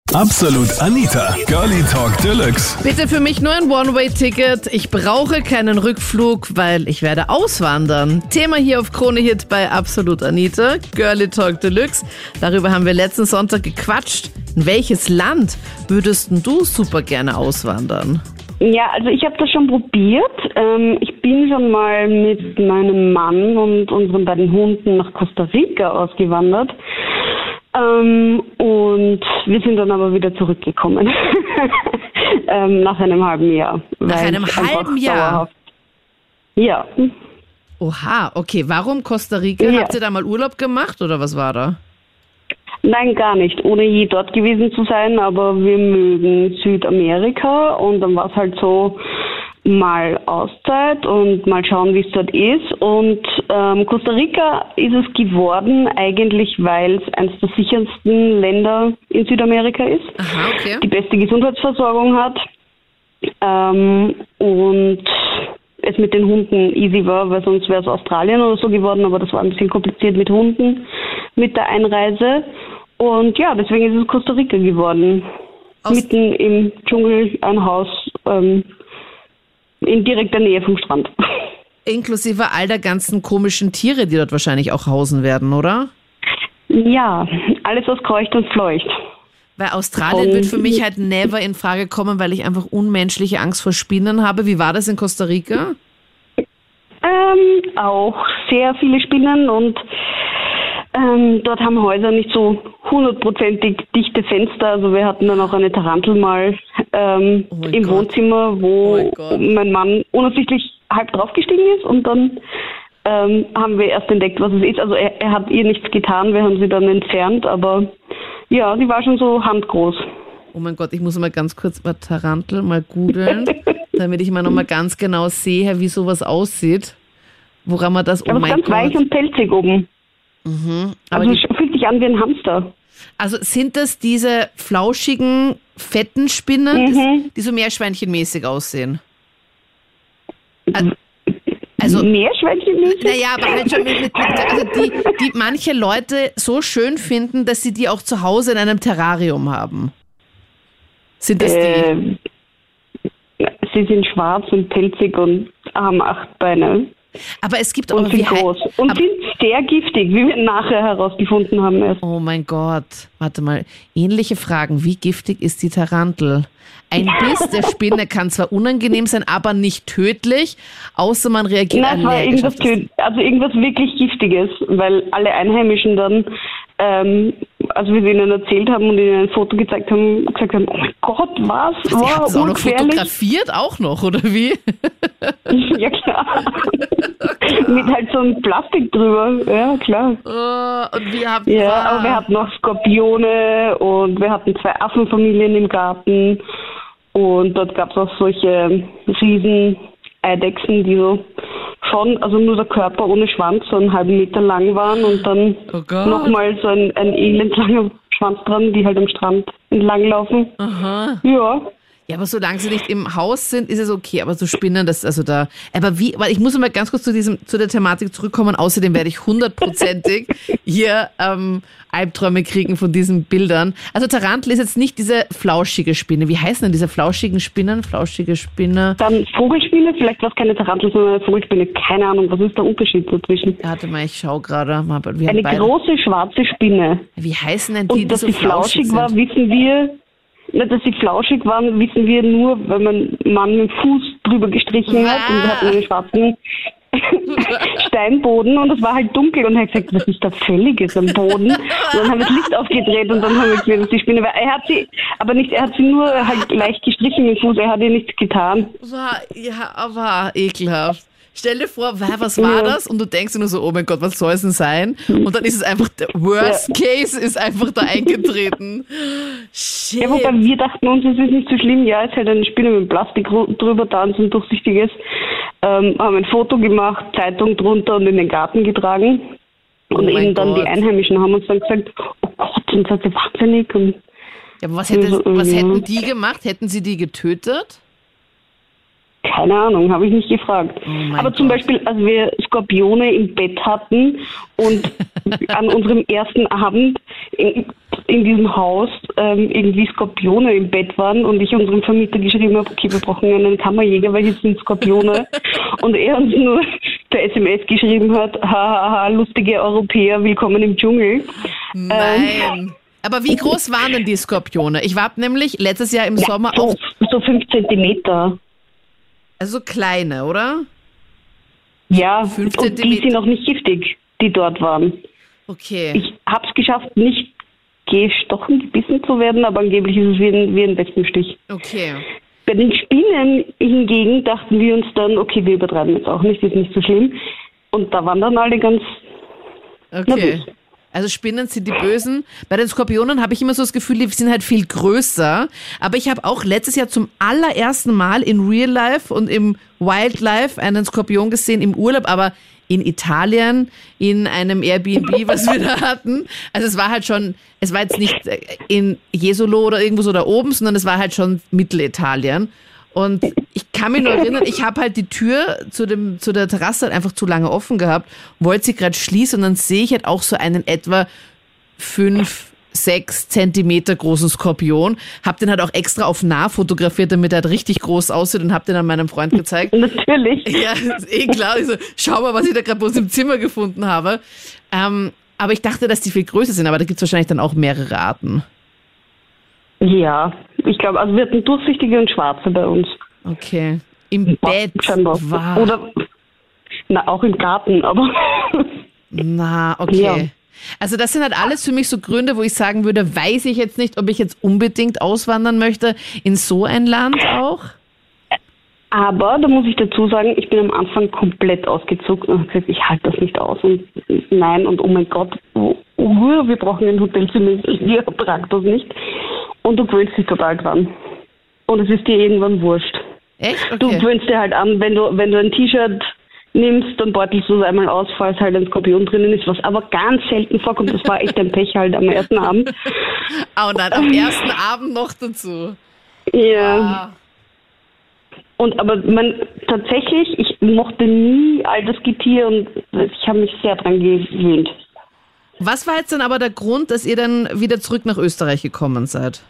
Absolut Anita, Girlie Talk Deluxe. Bitte für mich nur ein One-Way-Ticket. Ich brauche keinen Rückflug, weil ich werde auswandern. Thema hier auf Krone Hit bei Absolut Anita, Girlie Talk Deluxe. Darüber haben wir letzten Sonntag gequatscht. In welches Land würdest du super gerne auswandern? Ja, also ich habe das schon probiert. Ich bin schon mal mit meinem Mann und unseren beiden Hunden nach Costa Rica ausgewandert. Und wir sind dann aber wieder zurückgekommen. Nach einem halben Jahr. Nach einem halben Jahr? Dauerhaft. Ja. Oha, okay. Warum Costa Rica? Ja. Habt ihr da mal Urlaub gemacht oder was war da? Nein, gar nicht. Ohne je dort gewesen zu sein, aber wir mögen Südamerika und dann war es halt so, mal Auszeit und mal schauen, wie es dort ist. Und Costa Rica ist es geworden, eigentlich weil es eines der sichersten Länder in Südamerika ist. Aha, okay. Die beste Gesundheitsversorgung hat und es mit den Hunden easy war, weil sonst wäre es Australien oder so geworden, aber das war ein bisschen kompliziert mit Hunden, mit der Einreise. Und ja, deswegen ist es Costa Rica geworden. Mitten im Dschungel, ein Haus, in direkter Nähe vom Strand. Inklusive all der ganzen komischen Tiere, die dort wahrscheinlich auch hausen werden, oder? Ja, alles was kreucht und fleucht. Weil Australien wird für mich halt never in Frage kommen, weil ich einfach unmenschliche Angst vor Spinnen habe. Wie war das in Costa Rica? Auch sehr viele Spinnen und dort haben Häuser nicht so 100%ig dichte Fenster. Also wir hatten dann auch eine Tarantel mal im Wohnzimmer, wo mein Mann unabsichtlich halb draufgestiegen ist und dann haben wir erst entdeckt, was es ist. Also er hat ihr nichts getan, wir haben sie dann entfernt, aber ja, die war schon so handgroß. Oh mein Gott, ich muss mal ganz kurz bei Tarantel mal googeln, damit ich mal nochmal ganz genau sehe, wie sowas aussieht. Woran man das, oh aber mein ganz Gott. weich und pelzig oben. Mhm, aber also es fühlt sich an wie ein Hamster. Also sind das diese flauschigen, fetten Spinnen, die so meerschweinchenmäßig aussehen? Also Meerschweinchenmäßig? Naja, aber halt schon also die manche Leute so schön finden, dass sie die auch zu Hause in einem Terrarium haben. Sind das die? Sie sind schwarz und pelzig und haben 8 Beine. Aber es gibt und auch sind groß und sind sehr giftig, wie wir nachher herausgefunden haben erst. Oh mein Gott, warte mal. Ähnliche Fragen. Wie giftig ist die Tarantel? Ein Biss der Spinne kann zwar unangenehm sein, aber nicht tödlich, außer man reagiert allergisch. Nein, es war irgendwas wirklich Giftiges, weil alle Einheimischen dann, als wir sie ihnen erzählt haben und ihnen ein Foto gezeigt haben, gesagt haben, oh mein Gott, was? Sie hat es auch noch fotografiert, auch noch, oder wie? Ja, klar. Mit halt so einem Plastik drüber, ja, klar. Und aber wir hatten noch Skorpione und wir hatten 2 Affenfamilien im Garten und dort gab es auch solche riesen Eidechsen, die so schon, also nur der Körper ohne Schwanz, so einen halben Meter lang waren und dann nochmal so ein elendlanger Schwanz dran, die halt am Strand entlang laufen. Aha. Ja. Ja, aber solange sie nicht im Haus sind, ist es okay. Aber so Spinnen, das, also da, aber wie, weil ich muss mal ganz kurz zu der Thematik zurückkommen. Außerdem werde ich 100%ig hier Albträume kriegen von diesen Bildern. Also Tarantel ist jetzt nicht diese flauschige Spinne. Wie heißen denn diese flauschigen Spinnen? Flauschige Spinne? Dann Vogelspinne, vielleicht war es keine Tarantel, sondern eine Vogelspinne. Keine Ahnung, was ist der Unterschied dazwischen? Warte mal, ich schaue gerade. Eine große schwarze Spinne. Wie heißen denn die, und dass die so sie flauschig sind? war, wissen wir. Dass sie flauschig waren, wissen wir nur, weil mein Mann mit dem Fuß drüber gestrichen hat und wir hatten einen schwarzen Steinboden und es war halt dunkel und er hat gesagt, was ist da Völliges am Boden? Und dann haben wir das Licht aufgedreht und dann haben wir gesehen, dass die Spinne war. Er hat sie nur halt leicht gestrichen mit dem Fuß, er hat ihr nichts getan. Aber ekelhaft. Stell dir vor, was war das? Und du denkst dir nur so, oh mein Gott, was soll es denn sein? Und dann ist es einfach, der Worst Case ist einfach da eingetreten. Shit. Ja, wobei wir dachten uns, es ist nicht so schlimm. Ja, es ist halt eine Spinne mit Plastik drüber da und so ein durchsichtiges. Haben ein Foto gemacht, Zeitung drunter und in den Garten getragen. Und eben dann die Einheimischen haben uns dann gesagt, oh Gott, und seid ihr wahnsinnig. Und ja, aber was hätten die gemacht? Hätten sie die getötet? Keine Ahnung, habe ich nicht gefragt. Oh Aber zum Beispiel, als wir Skorpione im Bett hatten und an unserem ersten Abend in diesem Haus irgendwie Skorpione im Bett waren und ich unserem Vermieter geschrieben habe, okay, wir brauchen einen Kammerjäger, weil hier sind Skorpione. Und er uns nur per SMS geschrieben hat, hahaha, lustige Europäer, willkommen im Dschungel. Nein. Aber wie groß waren denn die Skorpione? Ich war nämlich letztes Jahr im Sommer auch... So 5 Zentimeter. Also kleine, oder? Ja, 5 und die sind auch nicht giftig, die dort waren. Okay. Ich habe es geschafft, nicht gebissen zu werden, aber angeblich ist es wie ein Wespenstich. Okay. Bei den Spinnen hingegen dachten wir uns dann, okay, wir übertreiben jetzt auch nicht, ist nicht so schlimm. Und da waren dann alle ganz nervös. Also Spinnen sind die Bösen. Bei den Skorpionen habe ich immer so das Gefühl, die sind halt viel größer. Aber ich habe auch letztes Jahr zum allerersten Mal in Real Life und im Wildlife einen Skorpion gesehen im Urlaub, aber in Italien, in einem Airbnb, was wir da hatten. Also es war jetzt nicht in Jesolo oder irgendwo so da oben, sondern es war halt schon Mittelitalien. Und ich kann mich nur erinnern, ich habe halt die Tür zu der Terrasse halt einfach zu lange offen gehabt, wollte sie gerade schließen und dann sehe ich halt auch so einen etwa 5, 6 Zentimeter großen Skorpion. Hab den halt auch extra auf nah fotografiert, damit er halt richtig groß aussieht und hab den an meinem Freund gezeigt. Natürlich. Ja, ist eh klar. Ich so, schau mal, was ich da gerade bei uns im Zimmer gefunden habe. Aber ich dachte, dass die viel größer sind, aber da gibt's wahrscheinlich dann auch mehrere Arten. Ja, ich glaube, also wir hatten durchsichtige und schwarze bei uns. Okay. Im Bett? Scheinbar. Wow. Oder, auch im Garten, aber... Na, okay. Ja. Also das sind halt alles für mich so Gründe, wo ich sagen würde, weiß ich jetzt nicht, ob ich jetzt unbedingt auswandern möchte in so ein Land auch. Aber da muss ich dazu sagen, ich bin am Anfang komplett ausgezuckt und habe gesagt, ich halte das nicht aus und nein und oh mein Gott, wir brauchen ein Hotelzimmer, ich ertrage das nicht. Und du gewöhnst dich total dran. Und es ist dir irgendwann wurscht. Echt? Okay. Du gewöhnst dir halt an, wenn du ein T-Shirt nimmst, dann beutelst du es einmal aus, falls halt ein Skorpion drinnen ist, was aber ganz selten vorkommt. Das war echt ein Pech halt am ersten Abend. Oh nein, am ersten Abend noch dazu. Ja. Aber tatsächlich, ich mochte nie all das Getier und ich habe mich sehr dran gewöhnt. Was war jetzt dann aber der Grund, dass ihr dann wieder zurück nach Österreich gekommen seid?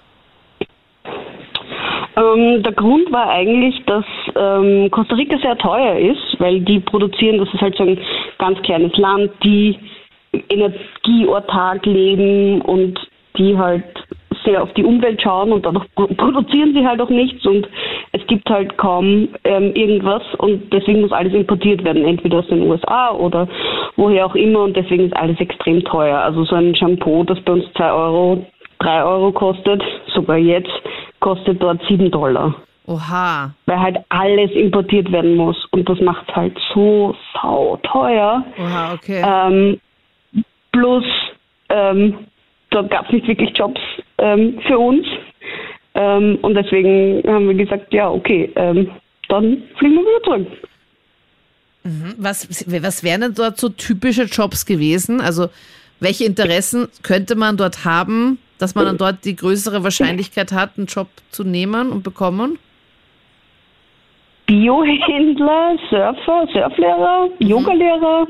Der Grund war eigentlich, dass Costa Rica sehr teuer ist, weil die produzieren, das ist halt so ein ganz kleines Land, die energieautark leben und die halt sehr auf die Umwelt schauen und dadurch produzieren sie halt auch nichts und es gibt halt kaum irgendwas und deswegen muss alles importiert werden, entweder aus den USA oder woher auch immer und deswegen ist alles extrem teuer. Also so ein Shampoo, das bei uns 2 Euro, 3 Euro kostet, sogar jetzt, kostet dort $7. Oha. Weil halt alles importiert werden muss und das macht es halt so sauteuer. Oha, okay. Plus, dort gab es nicht wirklich Jobs für uns. Und deswegen haben wir gesagt, ja, okay, dann fliegen wir wieder zurück. Was wären denn dort so typische Jobs gewesen? Also welche Interessen könnte man dort haben, dass man dann dort die größere Wahrscheinlichkeit hat, einen Job zu nehmen und bekommen? Biohändler, Surflehrer, Yogalehrer.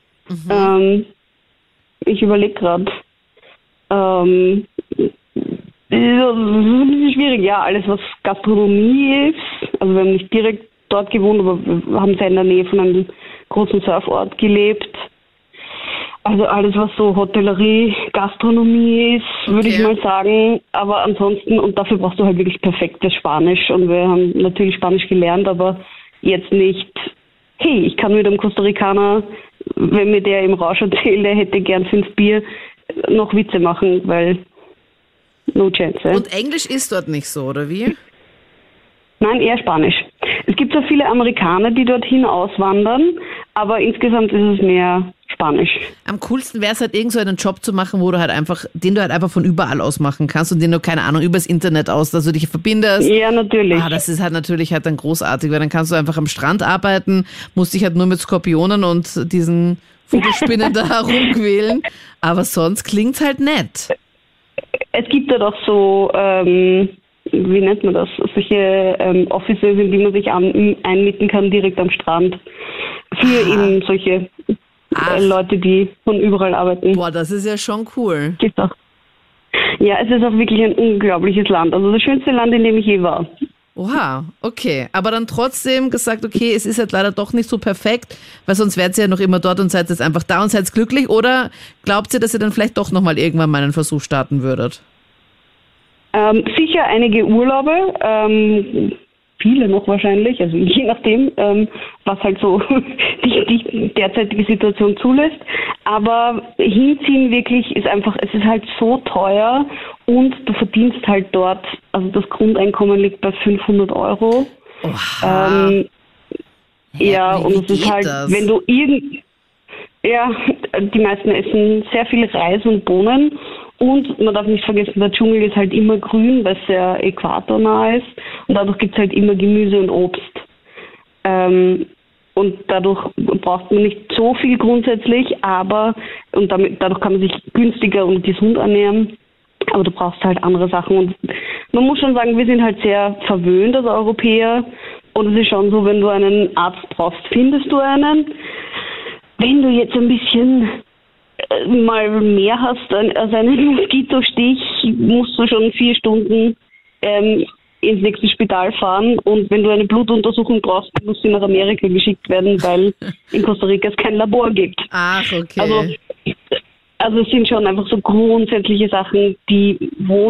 Ich überlege gerade. Das ist ein bisschen schwierig, ja, alles was Gastronomie ist. Also wir haben nicht direkt dort gewohnt, aber wir haben sehr in der Nähe von einem großen Surfort gelebt. Also alles, was so Hotellerie, Gastronomie ist, würde ich mal sagen. Aber ansonsten, und dafür brauchst du halt wirklich perfektes Spanisch. Und wir haben natürlich Spanisch gelernt, aber jetzt nicht, hey, ich kann mit einem Costa Ricaner, wenn mir der im Rausch erzählt, der hätte gern 5 Bier, noch Witze machen, weil no chance. Und Englisch ist dort nicht so, oder wie? Nein, eher Spanisch. Es gibt so viele Amerikaner, die dorthin auswandern, aber insgesamt ist es mehr Spanisch. Am coolsten wäre es halt, irgend so einen Job zu machen, wo du halt den du halt einfach von überall aus machen kannst und den du, keine Ahnung, übers Internet aus, dass du dich verbindest. Ja, natürlich. Das ist halt natürlich halt dann großartig, weil dann kannst du einfach am Strand arbeiten, musst dich halt nur mit Skorpionen und diesen Vogelspinnen da herumquälen, aber sonst klingt's halt nett. Es gibt da doch so wie nennt man das, solche Offices, in die man sich einmieten kann, direkt am Strand. Für eben solche Leute, die von überall arbeiten. Boah, das ist ja schon cool. Gibt's auch. Ja, es ist auch wirklich ein unglaubliches Land. Also das schönste Land, in dem ich je war. Oha, okay. Aber dann trotzdem gesagt, okay, es ist halt leider doch nicht so perfekt, weil sonst wärt ihr ja noch immer dort und seid jetzt einfach da und seid glücklich. Oder glaubt ihr, dass ihr dann vielleicht doch nochmal irgendwann mal einen Versuch starten würdet? Sicher einige Urlaube, viele noch wahrscheinlich, also je nachdem, was halt so die derzeitige Situation zulässt. Aber hinziehen wirklich ist einfach, es ist halt so teuer und du verdienst halt dort, also das Grundeinkommen liegt bei 500 €. Oha. Ja, und es ist halt, wenn du die meisten essen sehr viel Reis und Bohnen. Und man darf nicht vergessen, der Dschungel ist halt immer grün, weil es sehr äquatornah ist. Und dadurch gibt es halt immer Gemüse und Obst. Und dadurch braucht man nicht so viel grundsätzlich, dadurch kann man sich günstiger und gesund ernähren. Aber du brauchst halt andere Sachen. Und man muss schon sagen, wir sind halt sehr verwöhnt als Europäer. Und es ist schon so, wenn du einen Arzt brauchst, findest du einen. Wenn du jetzt ein bisschen mal mehr hast als einen Moskitostich, musst du schon 4 Stunden ins nächste Spital fahren. Und wenn du eine Blutuntersuchung brauchst, musst du nach Amerika geschickt werden, weil in Costa Rica es kein Labor gibt. Ach, okay. Also es sind schon einfach so grundsätzliche Sachen, wo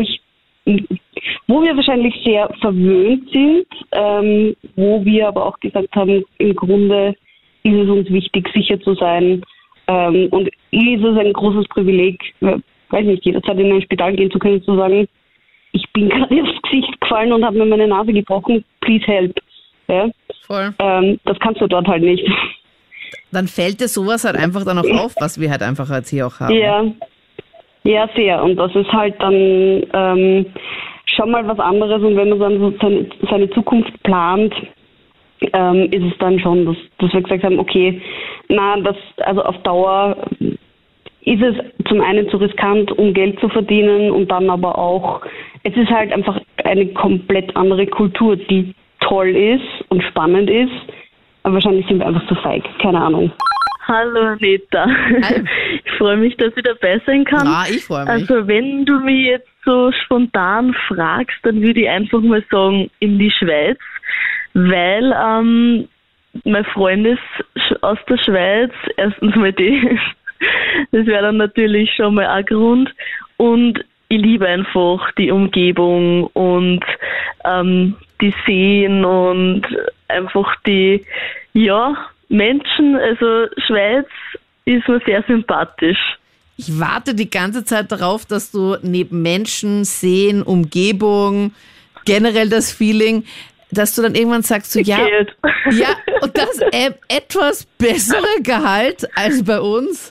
wir wahrscheinlich sehr verwöhnt sind, wo wir aber auch gesagt haben, im Grunde ist es uns wichtig, sicher zu sein. Und ist es ein großes Privileg, weiß nicht, jederzeit in ein Spital gehen zu können, zu sagen, ich bin gerade aufs Gesicht gefallen und habe mir meine Nase gebrochen, please help. Ja? Voll. Das kannst du dort halt nicht. Dann fällt dir sowas halt einfach dann auch auf, was wir halt einfach jetzt hier auch haben. Ja, sehr. Und das ist halt dann schon mal was anderes. Und wenn man dann so seine Zukunft plant, ist es dann schon, dass wir gesagt haben, okay, also auf Dauer ist es zum einen zu riskant, um Geld zu verdienen und dann aber auch, es ist halt einfach eine komplett andere Kultur, die toll ist und spannend ist, aber wahrscheinlich sind wir einfach zu feig, keine Ahnung. Hallo Anita. Hi. Ich freue mich, dass ich dabei sein kann. Ja, ich freue mich. Also wenn du mich jetzt so spontan fragst, dann würde ich einfach mal sagen, in die Schweiz, weil mein Freund ist aus der Schweiz, erstens mal das wäre dann natürlich schon mal ein Grund, und ich liebe einfach die Umgebung und die Seen und einfach die Menschen, also Schweiz ist mir sehr sympathisch. Ich warte die ganze Zeit darauf, dass du neben Menschen, Seen, Umgebung, generell das Feeling, dass du dann irgendwann sagst, so, ja, und das etwas bessere Gehalt als bei uns.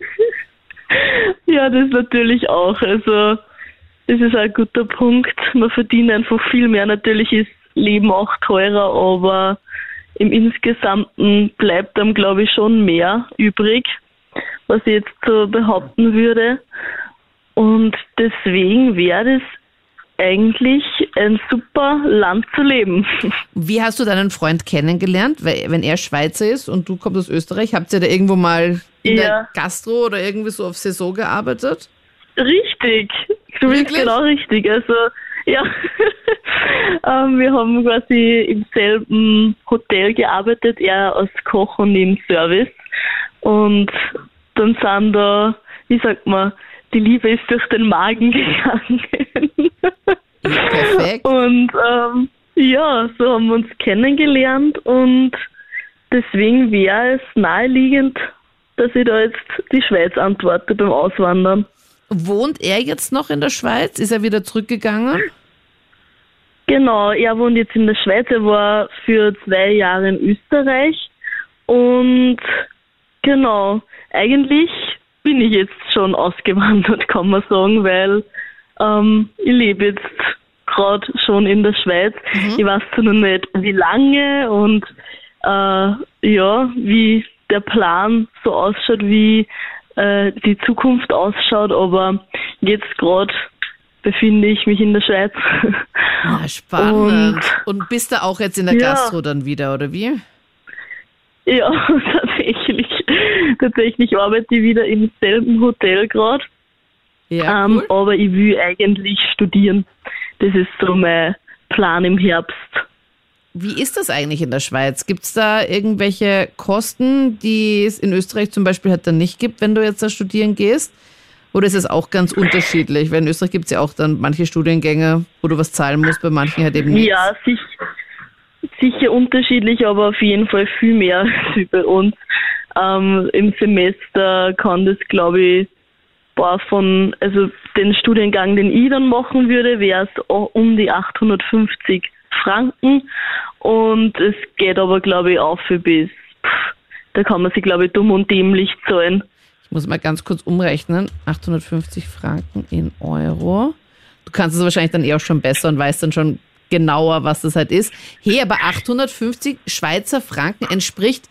Ja, das natürlich auch. Also, das ist ein guter Punkt. Man verdient einfach viel mehr. Natürlich ist Leben auch teurer, aber im Insgesamten bleibt dann, glaube ich, schon mehr übrig, was ich jetzt so behaupten würde. Und deswegen wäre das eigentlich ein super Land zu leben. Wie hast du deinen Freund kennengelernt? Weil, wenn er Schweizer ist und du kommst aus Österreich, habt ihr da irgendwo mal in der Gastro oder irgendwie so auf Saison gearbeitet? Richtig. Du bist genau richtig. Also, ja. Wir haben quasi im selben Hotel gearbeitet, er als Koch und im Service. Und dann sind da, wie sagt man, die Liebe ist durch den Magen gegangen. Perfekt. Und so haben wir uns kennengelernt und deswegen wäre es naheliegend, dass ich da jetzt die Schweiz antworte beim Auswandern. Wohnt er jetzt noch in der Schweiz? Ist er wieder zurückgegangen? Genau, er wohnt jetzt in der Schweiz. Er war für 2 Jahre in Österreich und genau, eigentlich bin ich jetzt schon ausgewandert, kann man sagen, weil ich lebe jetzt gerade schon in der Schweiz. Ich weiß zwar noch nicht, wie lange und wie der Plan so ausschaut, wie die Zukunft ausschaut, aber jetzt gerade befinde ich mich in der Schweiz Ja, spannend. Und bist du auch jetzt in der Gastro dann wieder, oder wie? Ja, tatsächlich. Tatsächlich arbeite ich wieder im selben Hotel gerade. Ja, cool. Aber ich will eigentlich studieren. Das ist so mein Plan im Herbst. Wie ist das eigentlich in der Schweiz? Gibt es da irgendwelche Kosten, die es in Österreich zum Beispiel halt dann nicht gibt, wenn du jetzt da studieren gehst? Oder ist es auch ganz unterschiedlich? Weil in Österreich gibt es ja auch dann manche Studiengänge, wo du was zahlen musst, bei manchen halt eben nicht. Ja, sicher unterschiedlich, aber auf jeden Fall viel mehr als bei uns. Im Semester kann das, glaube ich, also den Studiengang, den ich dann machen würde, wäre es um die 850 Franken. Und es geht aber, glaube ich, auf bis, da kann man sich, glaube ich, dumm und dämlich zahlen. Ich muss mal ganz kurz umrechnen. 850 Franken in Euro. Du kannst es wahrscheinlich dann auch schon besser und weißt dann schon genauer, was das halt ist. Hey, aber 850 Schweizer Franken entspricht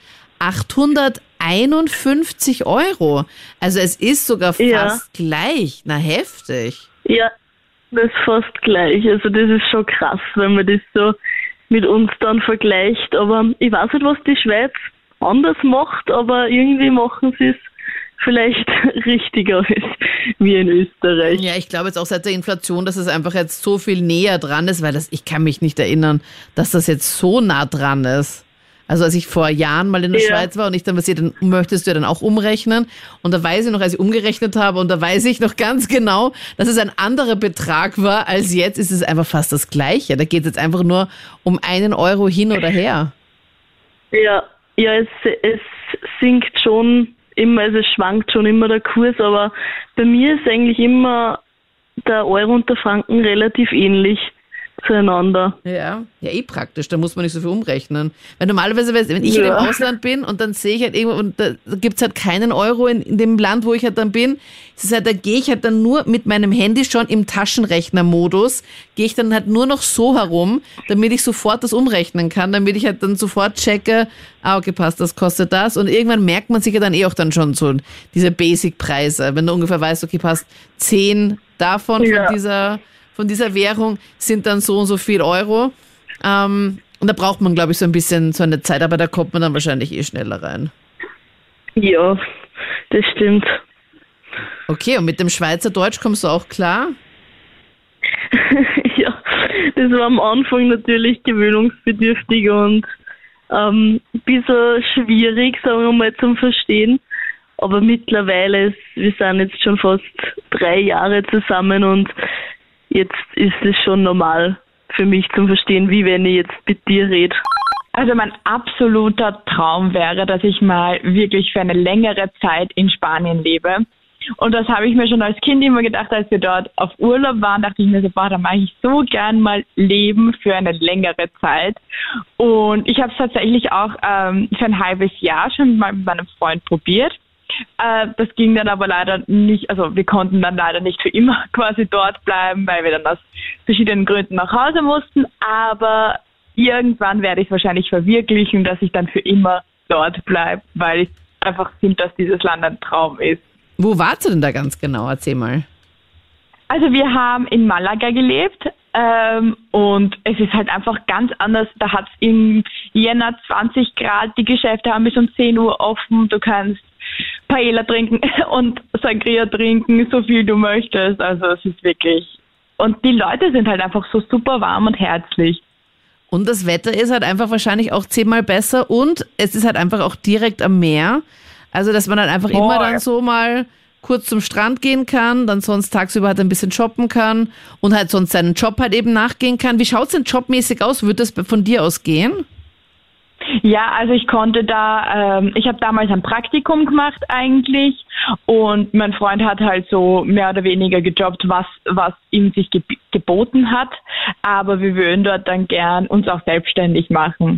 851 Euro. Also es ist sogar fast gleich. Na, heftig. Ja, das ist fast gleich. Also das ist schon krass, wenn man das so mit uns dann vergleicht. Aber ich weiß nicht, was die Schweiz anders macht, aber irgendwie machen sie es vielleicht richtiger als wie in Österreich. Ja, ich glaube jetzt auch seit der Inflation, dass es einfach jetzt so viel näher dran ist, weil ich kann mich nicht erinnern, dass das jetzt so nah dran ist. Also als ich vor Jahren mal in der Schweiz war und ich dann dann möchtest du ja dann auch umrechnen. Und da weiß ich noch, als ich umgerechnet habe und da weiß ich noch ganz genau, dass es ein anderer Betrag war als jetzt, ist es einfach fast das Gleiche. Da geht es jetzt einfach nur um 1 Euro hin oder her. Ja, es sinkt schon immer, also es schwankt schon immer der Kurs, aber bei mir ist eigentlich immer der Euro und der Franken relativ ähnlich zueinander. Ja, praktisch, da muss man nicht so viel umrechnen. Weil normalerweise, wenn ich im Ausland bin und dann sehe ich halt irgendwo, und da gibt es halt keinen Euro in dem Land, wo ich halt dann bin, da gehe ich halt dann nur mit meinem Handy schon im Taschenrechner-Modus, gehe ich dann halt nur noch so herum, damit ich sofort das umrechnen kann, damit ich halt dann sofort checke, okay, passt, das kostet das, und irgendwann merkt man sich ja dann auch dann schon so diese Basic-Preise, wenn du ungefähr weißt, okay, passt, 10 davon von dieser Währung sind dann so und so viel Euro. Und da braucht man, glaube ich, so ein bisschen so eine Zeit, aber da kommt man dann wahrscheinlich schneller rein. Ja, das stimmt. Okay, und mit dem Schweizerdeutsch kommst du auch klar? Ja, das war am Anfang natürlich gewöhnungsbedürftig und ein bisschen schwierig, sagen wir mal, zum Verstehen. Aber mittlerweile, wir sind jetzt schon fast 3 Jahre zusammen und jetzt ist es schon normal für mich zum Verstehen, wie wenn ich jetzt mit dir rede. Also mein absoluter Traum wäre, dass ich mal wirklich für eine längere Zeit in Spanien lebe. Und das habe ich mir schon als Kind immer gedacht, als wir dort auf Urlaub waren, dachte ich mir so, da mache ich so gern mal leben für eine längere Zeit. Und ich habe es tatsächlich auch für ein halbes Jahr schon mal mit meinem Freund probiert. Das ging dann aber leider nicht, also wir konnten dann leider nicht für immer quasi dort bleiben, weil wir dann aus verschiedenen Gründen nach Hause mussten, aber irgendwann werde ich es wahrscheinlich verwirklichen, dass ich dann für immer dort bleibe, weil ich einfach finde, dass dieses Land ein Traum ist. Wo warst du denn da ganz genau? Erzähl mal. Also wir haben in Malaga gelebt und es ist halt einfach ganz anders. Da hat es im Jänner 20 Grad, die Geschäfte haben bis um 10 Uhr offen, du kannst Paella trinken und Sangria trinken, so viel du möchtest. Also es ist wirklich... Und die Leute sind halt einfach so super warm und herzlich. Und das Wetter ist halt einfach wahrscheinlich auch 10-mal besser und es ist halt einfach auch direkt am Meer. Also dass man dann einfach immer dann so mal kurz zum Strand gehen kann, dann sonst tagsüber halt ein bisschen shoppen kann und halt sonst seinen Job halt eben nachgehen kann. Wie schaut es denn jobmäßig aus? Wird das von dir aus gehen? Ja, also ich konnte ich habe damals ein Praktikum gemacht eigentlich und mein Freund hat halt so mehr oder weniger gejobbt, was ihm sich geboten hat, aber wir würden dort dann gern uns auch selbstständig machen,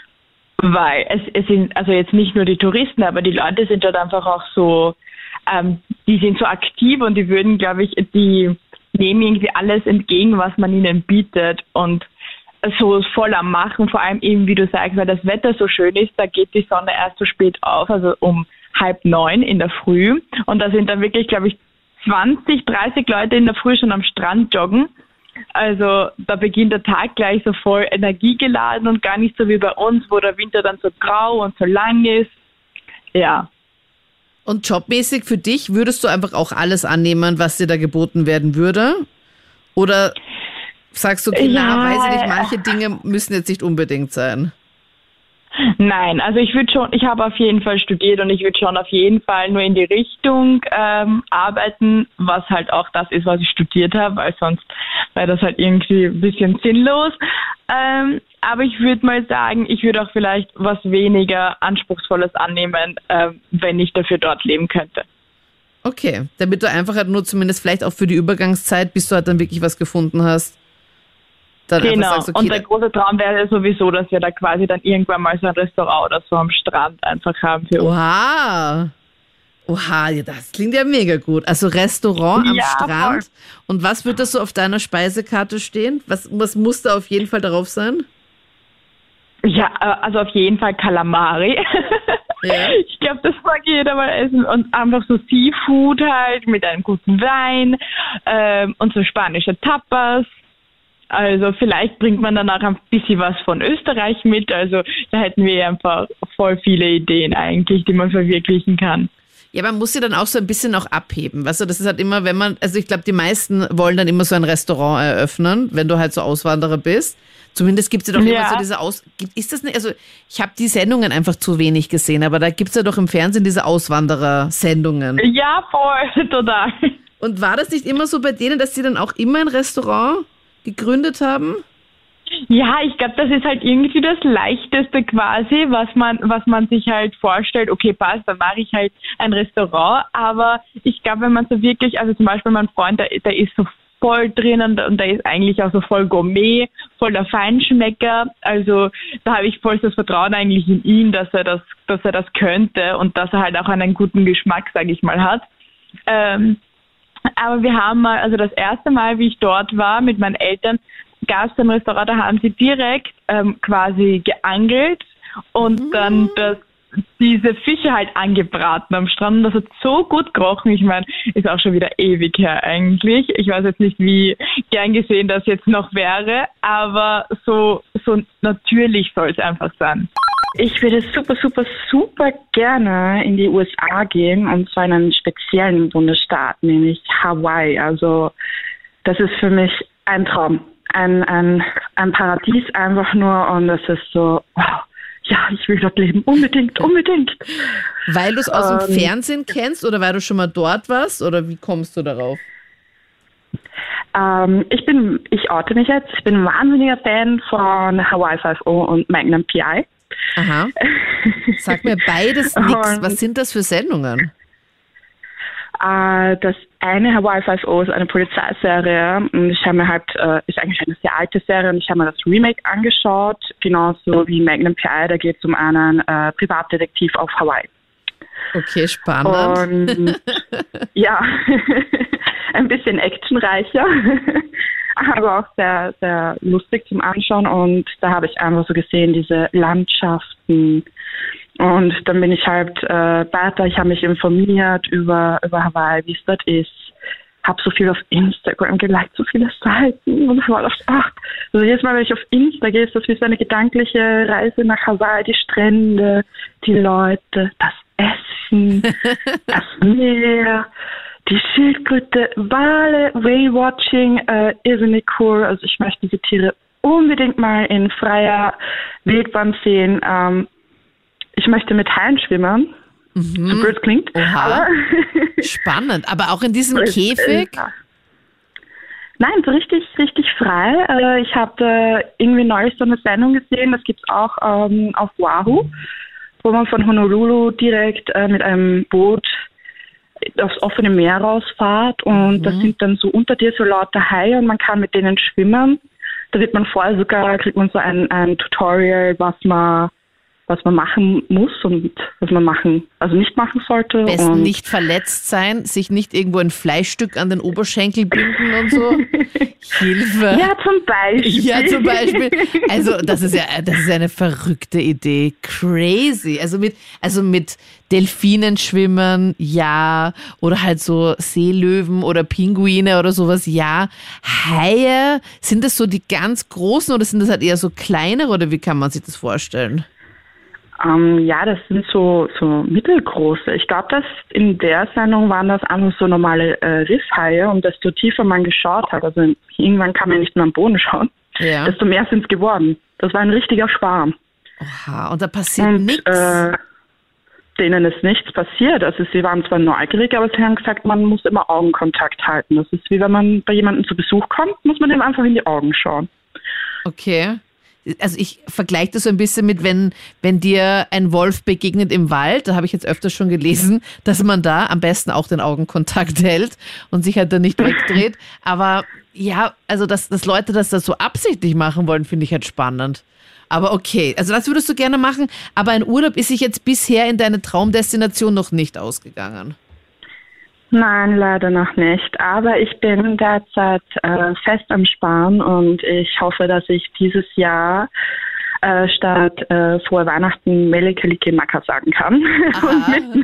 weil es sind also jetzt nicht nur die Touristen, aber die Leute sind dort einfach auch so, die sind so aktiv und die würden, glaube ich, die nehmen irgendwie alles entgegen, was man ihnen bietet und so voll am Machen, vor allem eben, wie du sagst, weil das Wetter so schön ist, da geht die Sonne erst so spät auf, also um 8:30 in der Früh. Und da sind dann wirklich, glaube ich, 20, 30 Leute in der Früh schon am Strand joggen. Also da beginnt der Tag gleich so voll energiegeladen und gar nicht so wie bei uns, wo der Winter dann so grau und so lang ist. Ja. Und jobmäßig für dich, würdest du einfach auch alles annehmen, was dir da geboten werden würde? Oder sagst du, okay, weiß ich nicht, manche Dinge müssen jetzt nicht unbedingt sein? Nein, also ich habe auf jeden Fall studiert und ich würde schon auf jeden Fall nur in die Richtung arbeiten, was halt auch das ist, was ich studiert habe, weil sonst wäre das halt irgendwie ein bisschen sinnlos. Aber ich würde mal sagen, ich würde auch vielleicht was weniger Anspruchsvolles annehmen, wenn ich dafür dort leben könnte. Okay, damit du einfach halt nur zumindest vielleicht auch für die Übergangszeit, bis du halt dann wirklich was gefunden hast, dann genau, einfach sagst, okay, und der große Traum wäre sowieso, dass wir da quasi dann irgendwann mal so ein Restaurant oder so am Strand einfach haben für uns. Oha, ja, das klingt ja mega gut. Also Restaurant am Strand. Voll. Und was wird das so auf deiner Speisekarte stehen? Was muss da auf jeden Fall darauf sein? Ja, also auf jeden Fall Kalamari. Ja. Ich glaube, das mag jeder mal essen. Und einfach so Seafood halt mit einem guten Wein und so spanische Tapas. Also vielleicht bringt man danach ein bisschen was von Österreich mit. Also da hätten wir einfach voll viele Ideen eigentlich, die man verwirklichen kann. Ja, man muss sie dann auch so ein bisschen auch abheben. Weißt du, das ist halt immer, also ich glaube, die meisten wollen dann immer so ein Restaurant eröffnen, wenn du halt so Auswanderer bist. Zumindest gibt es ja doch immer so diese ist das nicht, also ich habe die Sendungen einfach zu wenig gesehen, aber da gibt es ja doch im Fernsehen diese Auswanderer-Sendungen. Ja, voll, total. Und war das nicht immer so bei denen, dass sie dann auch immer ein Restaurant gegründet haben? Ja, ich glaube, das ist halt irgendwie das Leichteste quasi, was man sich halt vorstellt, okay, passt, dann mache ich halt ein Restaurant, aber ich glaube, wenn man so wirklich, also zum Beispiel mein Freund, der ist so voll drin und der ist eigentlich auch so voll Gourmet, voll der Feinschmecker, also da habe ich voll das Vertrauen eigentlich in ihn, dass er das könnte und dass er halt auch einen guten Geschmack, sage ich mal, hat. Aber wir haben mal, also das erste Mal, wie ich dort war mit meinen Eltern, gab es ein Restaurant, da haben sie direkt quasi geangelt und dann diese Fische halt angebraten am Strand. Das hat so gut gerochen. Ich meine, ist auch schon wieder ewig her eigentlich. Ich weiß jetzt nicht, wie gern gesehen das jetzt noch wäre, aber so natürlich soll es einfach sein. Ich würde super gerne in die USA gehen, und zwar in einen speziellen Bundesstaat, nämlich Hawaii. Also das ist für mich ein Traum, ein Paradies einfach nur, und das ist so, wow, ja, ich will dort leben, unbedingt. Weil du es aus dem Fernsehen kennst oder weil du schon mal dort warst, oder wie kommst du darauf? Ich oute mich jetzt, ich bin ein wahnsinniger Fan von Hawaii 5.0 und Magnum P.I. Aha. Sag mir beides nichts. Was sind das für Sendungen? Das eine, Hawaii 5.0, ist eine Polizeiserie, und ich habe mir halt, ist eigentlich eine sehr alte Serie, und ich habe mir das Remake angeschaut, genauso wie Magnum P.I., da geht es um einen Privatdetektiv auf Hawaii. Okay, spannend. Und ja, ein bisschen actionreicher, aber auch sehr, sehr lustig zum Anschauen, und da habe ich einfach so gesehen, diese Landschaften. Und dann bin ich halt weiter, ich habe mich informiert über Hawaii, wie es dort ist, habe so viel auf Instagram geliked, so viele Seiten, und habe gedacht, also jedes Mal, wenn ich auf Insta gehe, ist das wie so eine gedankliche Reise nach Hawaii, die Strände, die Leute, das Essen, das Meer, die Schildkröte, Wale, Whale-Watching, irrsinnig cool. Also ich möchte diese Tiere unbedingt mal in freier Wildbahn sehen. Ich möchte mit Haien schwimmen. So blöd klingt. Oha. Spannend. Aber auch in diesem Käfig? Nein, so richtig frei. Ich habe irgendwie neulich so eine Sendung gesehen, das gibt es auch auf Oahu, wo man von Honolulu direkt mit einem Boot aufs offene Meer rausfahrt, und das sind dann so unter dir so lauter Haie, und man kann mit denen schwimmen. Da wird man vorher sogar, kriegt man so ein Tutorial, was man was man machen muss und was man nicht machen sollte. Besten und nicht verletzt sein, sich nicht irgendwo ein Fleischstück an den Oberschenkel binden und so. Hilfe. Ja, zum Beispiel. Ja, zum Beispiel. Also das ist eine verrückte Idee. Crazy. Also mit Delfinen schwimmen, ja. Oder halt so Seelöwen oder Pinguine oder sowas, ja. Haie, sind das so die ganz großen oder sind das halt eher so kleinere oder wie kann man sich das vorstellen? Ja, das sind so mittelgroße. Ich glaube, dass in der Sendung waren das einfach so normale Riffhaie und desto tiefer man geschaut hat, also irgendwann kann man nicht mehr am Boden schauen, desto mehr sind es geworden. Das war ein richtiger Schwarm. Oha, und da passiert nichts? Denen ist nichts passiert. Also sie waren zwar neugierig, aber sie haben gesagt, man muss immer Augenkontakt halten. Das ist wie wenn man bei jemandem zu Besuch kommt, muss man dem einfach in die Augen schauen. Okay. Also ich vergleiche das so ein bisschen mit, wenn dir ein Wolf begegnet im Wald, da habe ich jetzt öfters schon gelesen, dass man da am besten auch den Augenkontakt hält und sich halt dann nicht wegdreht. Aber ja, also dass Leute das so absichtlich machen wollen, finde ich halt spannend. Aber okay, also das würdest du gerne machen, aber ein Urlaub ist sich jetzt bisher in deine Traumdestination noch nicht ausgegangen. Nein, leider noch nicht. Aber ich bin derzeit fest am Sparen und ich hoffe, dass ich dieses Jahr statt frohe Weihnachten Mele Kalikimaka sagen kann. Und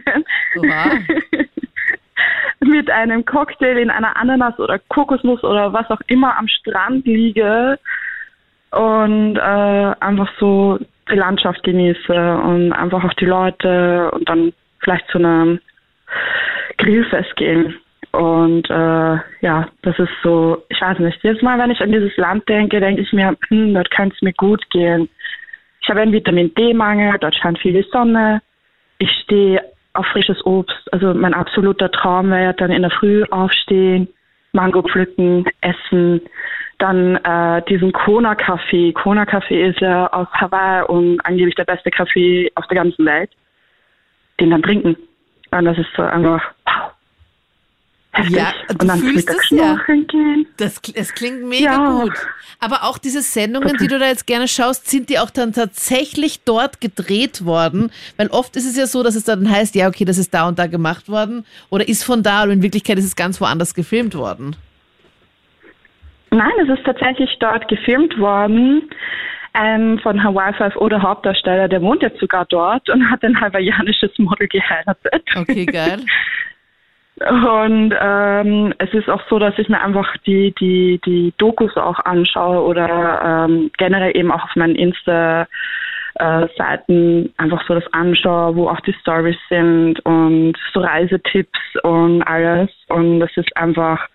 mit einem Cocktail in einer Ananas oder Kokosnuss oder was auch immer am Strand liege und einfach so die Landschaft genieße und einfach auch die Leute und dann vielleicht zu einem Grillfest gehen. Und das ist so, ich weiß nicht, jedes Mal, wenn ich an dieses Land denke, denke ich mir, dort könnte es mir gut gehen. Ich habe einen Vitamin-D-Mangel, dort scheint viel die Sonne. Ich stehe auf frisches Obst. Also mein absoluter Traum wäre dann in der Früh aufstehen, Mango pflücken, essen, dann diesen Kona-Kaffee. Kona-Kaffee ist ja aus Hawaii und angeblich der beste Kaffee auf der ganzen Welt. Den dann trinken. Und das ist so einfach, wow, heftig. Ja, du und dann fühlst mit das der ja. Gehen. Es klingt mega gut. Aber auch diese Sendungen, die du da jetzt gerne schaust, sind die auch dann tatsächlich dort gedreht worden? Weil oft ist es ja so, dass es dann heißt, ja okay, das ist da und da gemacht worden oder ist von da, aber in Wirklichkeit ist es ganz woanders gefilmt worden. Nein, es ist tatsächlich dort gefilmt worden. Von Hawaii 5 oder Hauptdarsteller, der wohnt jetzt sogar dort und hat ein hawaiianisches Model geheiratet. Okay, geil. Und es ist auch so, dass ich mir einfach die Dokus auch anschaue oder generell eben auch auf meinen Insta-Seiten einfach so das anschaue, wo auch die Stories sind und so Reisetipps und alles. Und das ist einfach...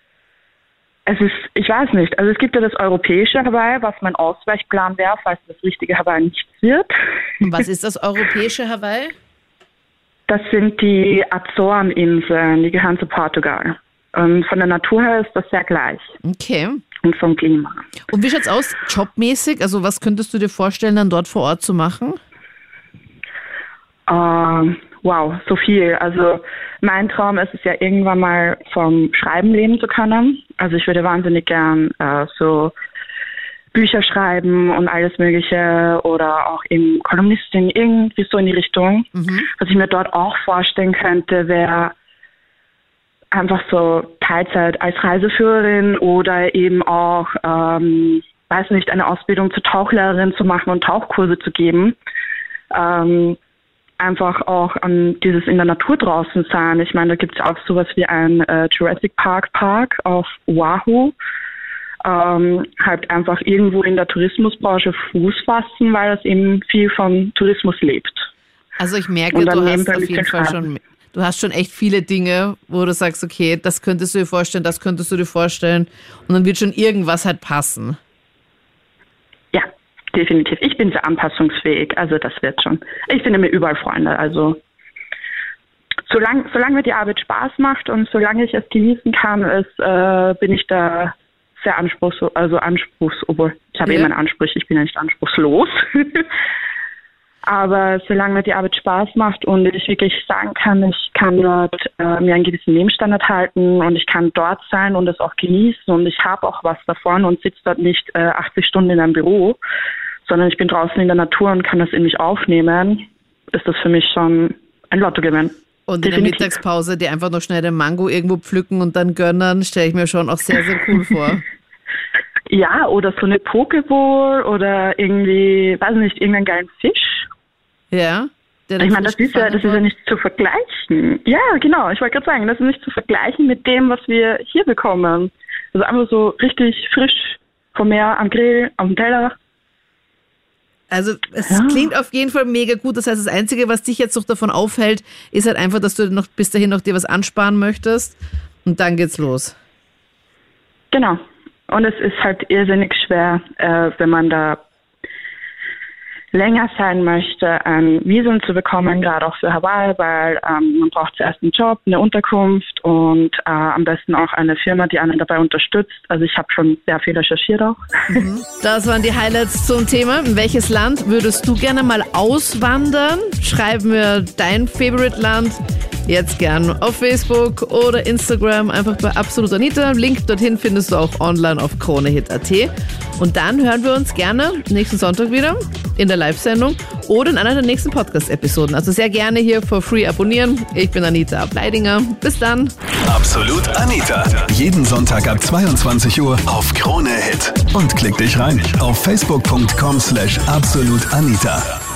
ich weiß nicht, also es gibt ja das europäische Hawaii, was mein Ausweichplan wäre, falls das richtige Hawaii nichts wird. Und was ist das europäische Hawaii? Das sind die Azoreninseln, die gehören zu Portugal. Und von der Natur her ist das sehr gleich. Okay. Und vom Klima. Und wie schaut's aus, jobmäßig? Also was könntest du dir vorstellen, dann dort vor Ort zu machen? Wow, so viel. Also mein Traum ist es ja irgendwann mal vom Schreiben leben zu können. Also ich würde wahnsinnig gern so Bücher schreiben und alles Mögliche oder auch eben Kolumnistin, irgendwie so in die Richtung. Mhm. Was ich mir dort auch vorstellen könnte, wäre einfach so Teilzeit als Reiseführerin oder eben auch, weiß nicht, eine Ausbildung zur Tauchlehrerin zu machen und Tauchkurse zu geben. Einfach auch an dieses in der Natur draußen sein. Ich meine, da gibt es auch sowas wie ein Jurassic Park auf Oahu. Halt einfach irgendwo in der Tourismusbranche Fuß fassen, weil das eben viel von Tourismus lebt. Also ich merke, du hast auf jeden Fall du hast schon echt viele Dinge, wo du sagst, okay, das könntest du dir vorstellen, das könntest du dir vorstellen und dann wird schon irgendwas halt passen. Ja, definitiv. Ich bin sehr anpassungsfähig, also das wird schon. Ich finde mir überall Freunde, also solange mir die Arbeit Spaß macht und solange ich es genießen kann, bin ich da sehr anspruchsvoll. Ich habe eben einen Anspruch, ich bin ja nicht anspruchslos. Aber solange mir die Arbeit Spaß macht und ich wirklich sagen kann, ich kann dort mir einen gewissen Lebensstandard halten und ich kann dort sein und es auch genießen und ich habe auch was davon und sitze dort nicht 80 Stunden in einem Büro, sondern ich bin draußen in der Natur und kann das in mich aufnehmen, ist das für mich schon ein Lottogewinn. Und in der Mittagspause, die einfach noch schnell den Mango irgendwo pflücken und dann gönnern, stelle ich mir schon auch sehr, sehr cool vor. Ja, oder so eine Pokeball oder irgendwie, weiß nicht, irgendeinen geilen Fisch. Ja. Ich meine, das ist ja nicht zu vergleichen. Ja, genau, ich wollte gerade sagen, das ist nicht zu vergleichen mit dem, was wir hier bekommen. Also einfach so richtig frisch vom Meer, am Grill, auf dem Teller. Also es klingt auf jeden Fall mega gut. Das heißt, das Einzige, was dich jetzt noch davon aufhält, ist halt einfach, dass du noch bis dahin noch dir was ansparen möchtest und dann geht's los. Genau. Und es ist halt irrsinnig schwer, wenn man da länger sein möchte, ein Visum zu bekommen, gerade auch für Hawaii, weil man braucht zuerst einen Job, eine Unterkunft und am besten auch eine Firma, die einen dabei unterstützt. Also ich habe schon sehr viel recherchiert auch. Das waren die Highlights zum Thema. In welches Land würdest du gerne mal auswandern? Schreib mir dein Favorite-Land jetzt gern auf Facebook oder Instagram, einfach bei Absolut Anita. Link dorthin findest du auch online auf KroneHit.at. Und dann hören wir uns gerne nächsten Sonntag wieder in der Live-Sendung oder in einer der nächsten Podcast-Episoden. Also sehr gerne hier for free abonnieren. Ich bin Anita Ableidinger. Bis dann. Absolut Anita. Jeden Sonntag ab 22 Uhr auf KroneHit. Und klick dich rein auf facebook.com/absolutanita.